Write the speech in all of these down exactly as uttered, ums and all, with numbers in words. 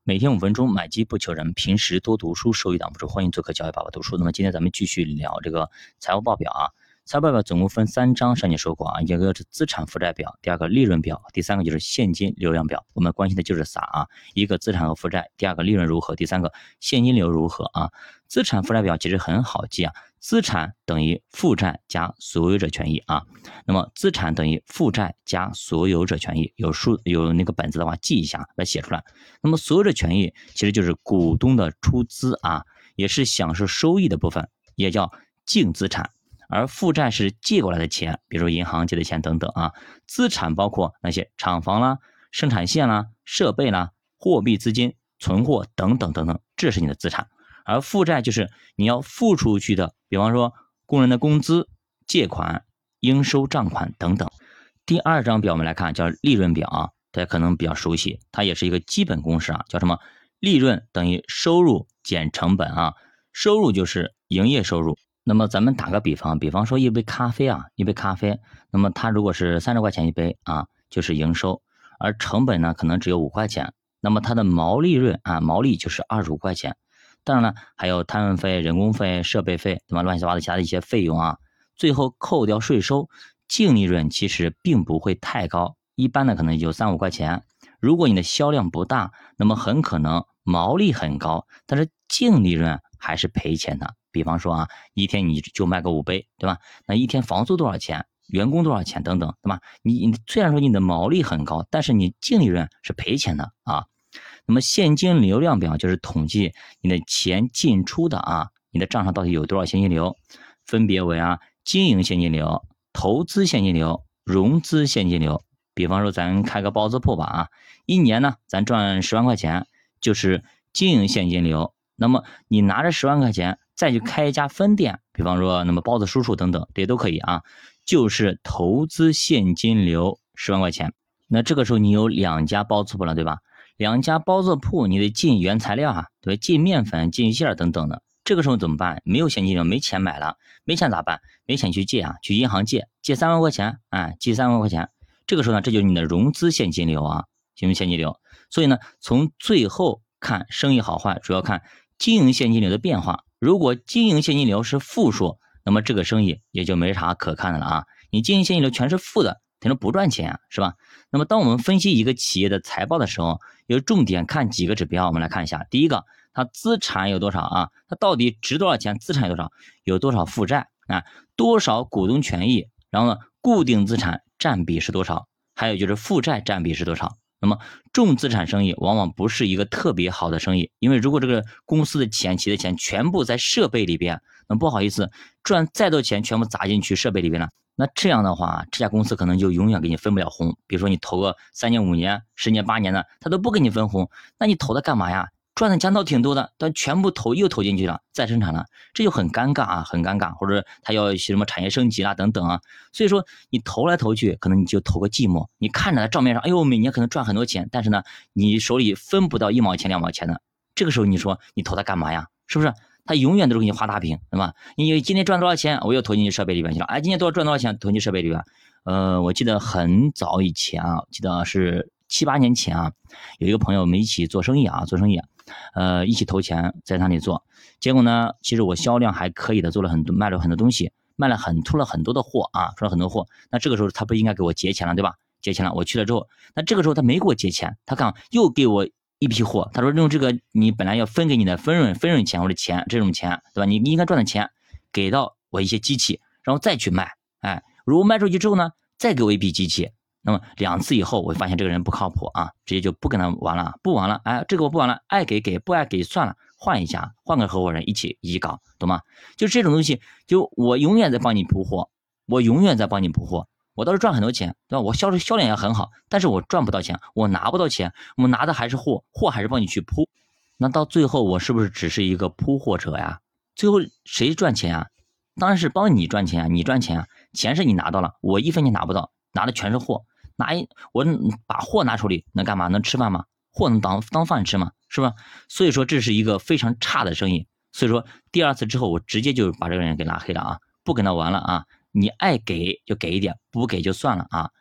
每天五分钟，买基不求人。平时多读书，收益挡不住。欢迎做客教育爸爸读书。那么今天咱们继续聊这个财务报表啊。财务报表总共分三章，上节说过啊，一个是资产负债表，第二个利润表，第三个就是现金流量表。我们关心的就是仨啊，一个资产和负债，第二个利润如何，第三个现金流如何啊。资产负债表其实很好记啊，资产等于负债加所有者权益啊。那么资产等于负债加所有者权益，有数有那个本子的话记一下，来写出来。那么所有者权益其实就是股东的出资啊，也是享受收益的部分，也叫净资产。而负债是借过来的钱，比如说银行借的钱等等啊。资产包括那些厂房啦、生产线啦、设备啦、货币资金、存货等等等等，这是你的资产。而负债就是你要付出去的，比方说工人的工资、借款、应收账款等等。第二张表我们来看，叫利润表啊，大家可能比较熟悉，它也是一个基本公式啊，叫什么？利润等于收入减成本啊，收入就是营业收入。那么咱们打个比方，比方说一杯咖啡啊，一杯咖啡，那么它如果是三十块钱一杯啊，就是营收，而成本呢可能只有五块钱，那么它的毛利润啊，毛利就是二十五块钱。当然了，还有摊位费、人工费、设备费，对吧？乱七八糟其他的一些费用啊，最后扣掉税收，净利润其实并不会太高，一般的可能也就三五块钱。如果你的销量不大，那么很可能毛利很高，但是净利润还是赔钱的。比方说啊，一天你就卖个五杯，对吧？那一天房租多少钱？员工多少钱等等，对吧？你你虽然说你的毛利很高，但是你净利润是赔钱的啊。那么现金流量表就是统计你的钱进出的啊，你的账上到底有多少现金流，分别为啊经营现金流、投资现金流、融资现金流。比方说咱开个包子铺吧啊，一年呢咱赚十万块钱，就是经营现金流。那么你拿着十万块钱再去开一家分店，比方说那么包子叔叔等等，这些都可以啊，就是投资现金流十万块钱。那这个时候你有两家包子铺了，对吧？两家包子铺你得进原材料啊，对，进面粉、进馅等等的。这个时候怎么办？没有现金流，没钱买了，没钱咋办？没钱去借啊，去银行借，借三万块钱，哎，借三万块钱。这个时候呢，这就是你的融资现金流啊，行不现金流？所以呢，从最后看生意好坏，主要看经营现金流的变化。如果经营现金流是负数，那么这个生意也就没啥可看的了啊。你经营现金流全是负的，等于不赚钱啊，是吧？那么当我们分析一个企业的财报的时候，有重点看几个指标，我们来看一下。第一个，它资产有多少啊？它到底值多少钱？资产有多少？有多少负债啊？多少股东权益？然后呢，固定资产占比是多少？还有就是负债占比是多少？那么重资产生意往往不是一个特别好的生意，因为如果这个公司的钱、企业的钱全部在设备里边，那不好意思，赚再多钱全部砸进去设备里边了，那这样的话，这家公司可能就永远给你分不了红。比如说你投个三年、五年、十年、八年的，他都不给你分红，那你投它干嘛呀？赚的钱倒挺多的，但全部投又投进去了，再生产了，这就很尴尬啊，很尴尬。或者他要什么产业升级啦等等啊，所以说你投来投去，可能你就投个寂寞。你看着账面上，哎呦，每年可能赚很多钱，但是呢，你手里分不到一毛钱、两毛钱的。这个时候你说你投它干嘛呀？是不是？他永远都是给你画大饼，对吧？你今天赚多少钱，我又投进去设备里边去了。哎，今天多少赚多少钱，投进设备里边。呃，我记得很早以前啊，记得是七八年前啊，有一个朋友我们一起做生意啊，做生意。呃，一起投钱在那里做，结果呢，其实我销量还可以的，做了很多，卖了很多东西，卖了很出了很多的货啊，出了很多货。那这个时候他不应该给我结钱了，对吧？结钱了，我去了之后，那这个时候他没给我结钱，他看又给我一批货，他说用这个你本来要分给你的分润分润钱或者钱这种钱，对吧？你应该赚的钱给到我一些机器，然后再去卖，哎，如果卖出去之后呢，再给我一笔机器。那么两次以后，我发现这个人不靠谱啊，直接就不跟他玩了，不玩了，哎，这个我不玩了，爱给给，不爱给算了，换一家，换个合伙人一起一起搞，懂吗？就这种东西，就我永远在帮你铺货，我永远在帮你铺货，我倒是赚很多钱，对吧？我销销量也很好，但是我赚不到钱，我拿不到钱，我拿的还是货，货还是帮你去铺，那到最后我是不是只是一个铺货者呀？最后谁赚钱啊？当然是帮你赚钱啊，你赚钱啊，钱是你拿到了，我一分钱拿不到，拿的全是货。拿一我把货拿手里能干嘛？能吃饭吗？货能当当饭吃吗？是吧？所以说这是一个非常差的生意。所以说第二次之后，我直接就把这个人给拉黑了啊，不跟他玩了啊。你爱给就给一点，不给就算了啊，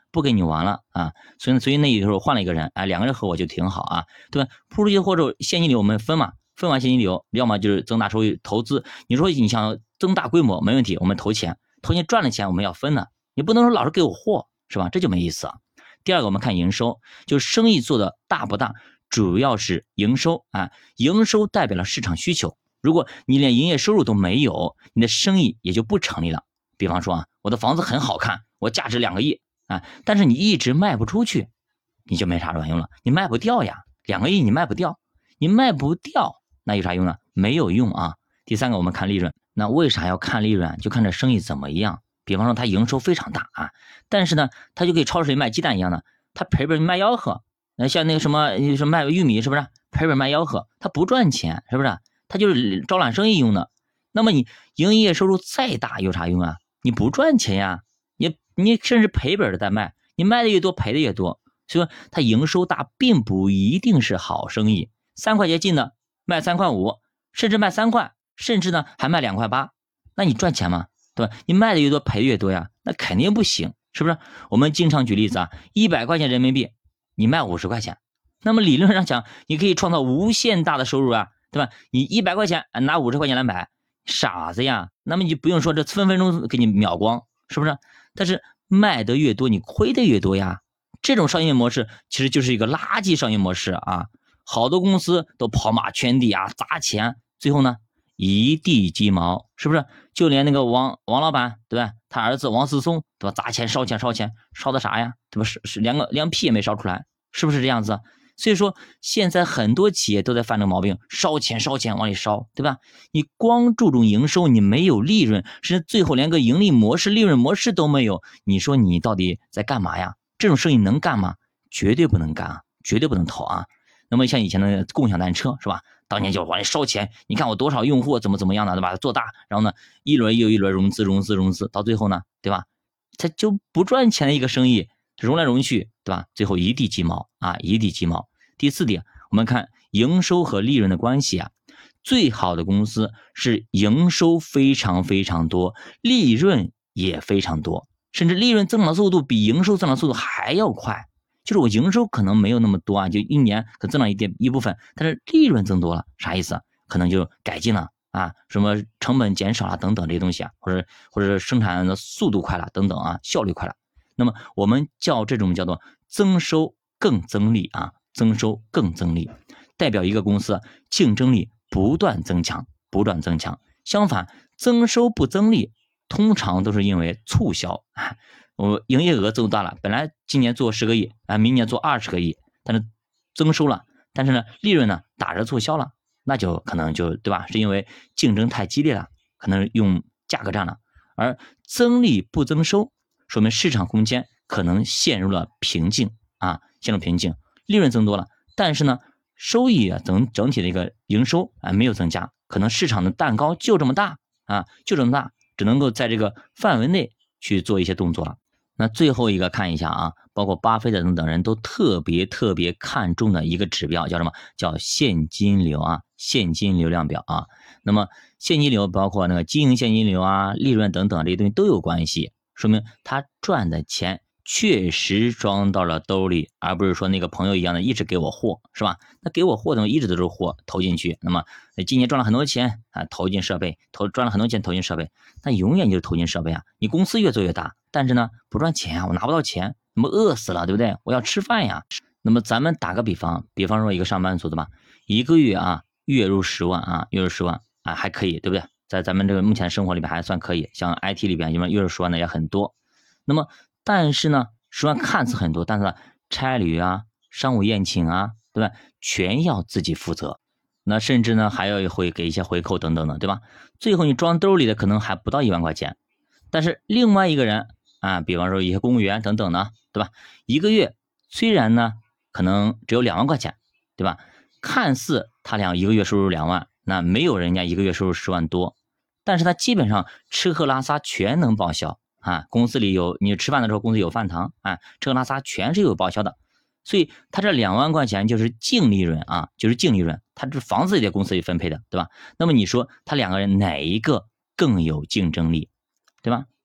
不给你玩了啊。所以所以那时候换了一个人，哎，两个人合伙就挺好啊，对吧？铺出去或者现金流我们分嘛，分完现金流，要么就是增大收益投资。你说你想增大规模没问题，我们投钱，投钱赚了钱我们要分的，你不能说老是给我货，是吧？这就没意思啊。第二个我们看营收，就是生意做的大不大，主要是营收啊，营收代表了市场需求。如果你连营业收入都没有，你的生意也就不成立了。比方说啊，我的房子很好看，我价值两个亿啊，但是你一直卖不出去，你就没啥卵用了，你卖不掉呀，两个亿你卖不掉，你卖不掉，那有啥用呢？没有用啊。第三个我们看利润，那为啥要看利润？就看这生意怎么样。比方说它营收非常大啊，但是呢，它就跟超市里卖鸡蛋一样的，它赔本卖吆喝。那像那个什么什么卖玉米是不是赔本卖吆喝？它不赚钱是不是？它就是招揽生意用的。那么你营业收入再大有啥用啊？你不赚钱呀，你你甚至赔本的在卖，你卖的越多赔的越多。所以说它营收大并不一定是好生意。三块钱进的卖三块五，甚至卖三块，甚至呢还卖两块八，那你赚钱吗？对吧？你卖的越多赔的越多呀，那肯定不行，是不是？我们经常举例子啊，一百块钱人民币，你卖五十块钱，那么理论上讲，你可以创造无限大的收入啊，对吧？你一百块钱拿五十块钱来买，傻子呀，那么你不用说这分分钟给你秒光，是不是？但是卖的越多，你亏的越多呀。这种商业模式其实就是一个垃圾商业模式啊！好多公司都跑马圈地啊，砸钱，最后呢一地鸡毛，是不是？就连那个王王老板，对吧？他儿子王思聪，对吧？砸钱烧钱烧钱，烧的啥呀？对吧？是是连个连屁也没烧出来，是不是这样子？所以说现在很多企业都在犯这个毛病，烧钱烧钱往里烧，对吧？你光注重营收，你没有利润，甚至最后连个盈利模式、利润模式都没有，你说你到底在干嘛呀？这种生意能干吗？绝对不能干啊，绝对不能投啊。那么像以前的共享单车是吧？当年就往里烧钱，你看我多少用户怎么怎么样的，对吧？做大，然后呢一轮又一轮融资融资融资，到最后呢，对吧？它就不赚钱的一个生意，融来融去，对吧？最后一地鸡毛啊，一地鸡毛。第四点，我们看营收和利润的关系啊，最好的公司是营收非常非常多，利润也非常多，甚至利润增长速度比营收增长速度还要快。就是我营收可能没有那么多啊，就一年可增长一点一部分，但是利润增多了，啥意思？可能就改进了啊，什么成本减少了等等这些东西啊，或者或者生产的速度快了等等啊，效率快了。那么我们叫这种叫做增收更增利啊，增收更增利，代表一个公司竞争力不断增强，不断增强。相反，增收不增利，通常都是因为促销啊。我营业额增大了，本来今年做十个亿啊，明年做二十个亿，但是增收了，但是呢利润呢打折促销了，那就可能就对吧？是因为竞争太激烈了，可能用价格战了。而增利不增收，说明市场空间可能陷入了瓶颈啊，陷入瓶颈。利润增多了，但是呢收益啊整整体的一个营收啊没有增加，可能市场的蛋糕就这么大啊，就这么大，只能够在这个范围内去做一些动作了。那最后一个看一下啊，包括巴菲特等等人都特别特别看重的一个指标叫什么？叫现金流啊，现金流量表啊。那么现金流包括那个经营现金流啊、利润等等这些东西都有关系，说明他赚的钱确实装到了兜里，而不是说那个朋友一样的一直给我货，是吧？那给我货怎么一直都是货投进去？那么今年赚了很多钱啊，投进设备，投赚了很多钱投进设备，那永远就是投进设备啊。你公司越做越大，但是呢不赚钱啊，我拿不到钱，那么饿死了，对不对？我要吃饭呀。那么咱们打个比方，比方说一个上班族对吧，一个月啊月入十万啊，月入十万啊还可以，对不对？在咱们这个目前的生活里面还算可以，像 I T 里边因为月入十万的也很多。那么但是呢十万看似很多，但是呢差旅啊、商务宴请啊，对吧？全要自己负责。那甚至呢还要会给一些回扣等等的，对吧？最后你装兜里的可能还不到一万块钱。但是另外一个人啊，比方说一些公务员等等的，对吧？一个月虽然呢可能只有两万块钱，对吧？看似他俩一个月收入两万，那没有人家一个月收入十万多，但是他基本上吃喝拉撒全能报销啊。公司里有你吃饭的时候，公司有饭堂啊，吃喝拉撒全是有报销的。所以他这两万块钱就是净利润啊，就是净利润，他这房子也在公司里分配的，对吧？那么你说他两个人哪一个更有竞争力，对吧？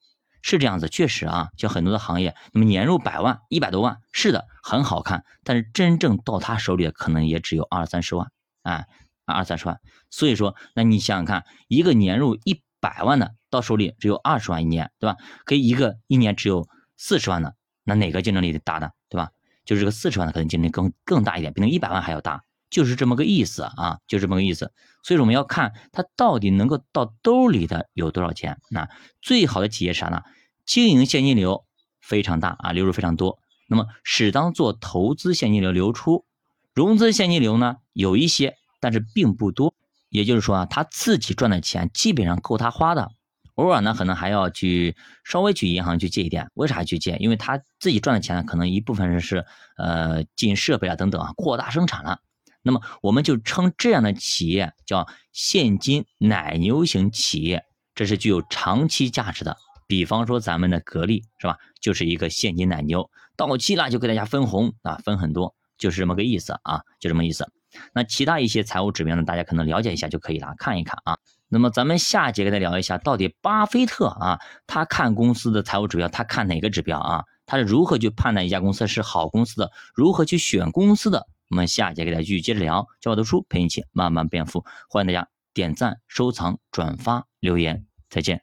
是这样子，确实啊，就很多的行业，那么年入百万、一百多万，是的，很好看，但是真正到他手里的可能也只有二三十万，哎，二三十万。所以说，那你想想看，一个年入一百万的到手里只有二十万一年，对吧？跟一个一年只有四十万的，那哪个竞争力大呢？对吧？就是这个四十万的可能竞争力更更大一点，比那一百万还要大，就是这么个意思啊，就这么个意思。所以说我们要看它到底能够到兜里的有多少钱。那最好的企业是啥呢？经营现金流非常大啊，流入非常多。那么适当做投资现金流流出，融资现金流呢有一些，但是并不多。也就是说啊，他自己赚的钱基本上够他花的，偶尔呢可能还要去稍微去银行去借一点。为啥去借？因为他自己赚的钱呢，可能一部分是呃进设备啊等等啊，扩大生产了。那么我们就称这样的企业叫现金奶牛型企业，这是具有长期价值的。比方说咱们的格力是吧，就是一个现金奶牛，到期了就给大家分红啊，分很多，就是这么个意思啊，就这么意思。那其他一些财务指标呢，大家可能了解一下就可以了，看一看啊。那么咱们下节给大家聊一下，到底巴菲特啊，他看公司的财务指标，他看哪个指标啊？他是如何去判断一家公司是好公司的，如何去选公司的？我们下节给大家继续接着聊，教我读书陪你一起慢慢变富，欢迎大家点赞、收藏、转发、留言，再见。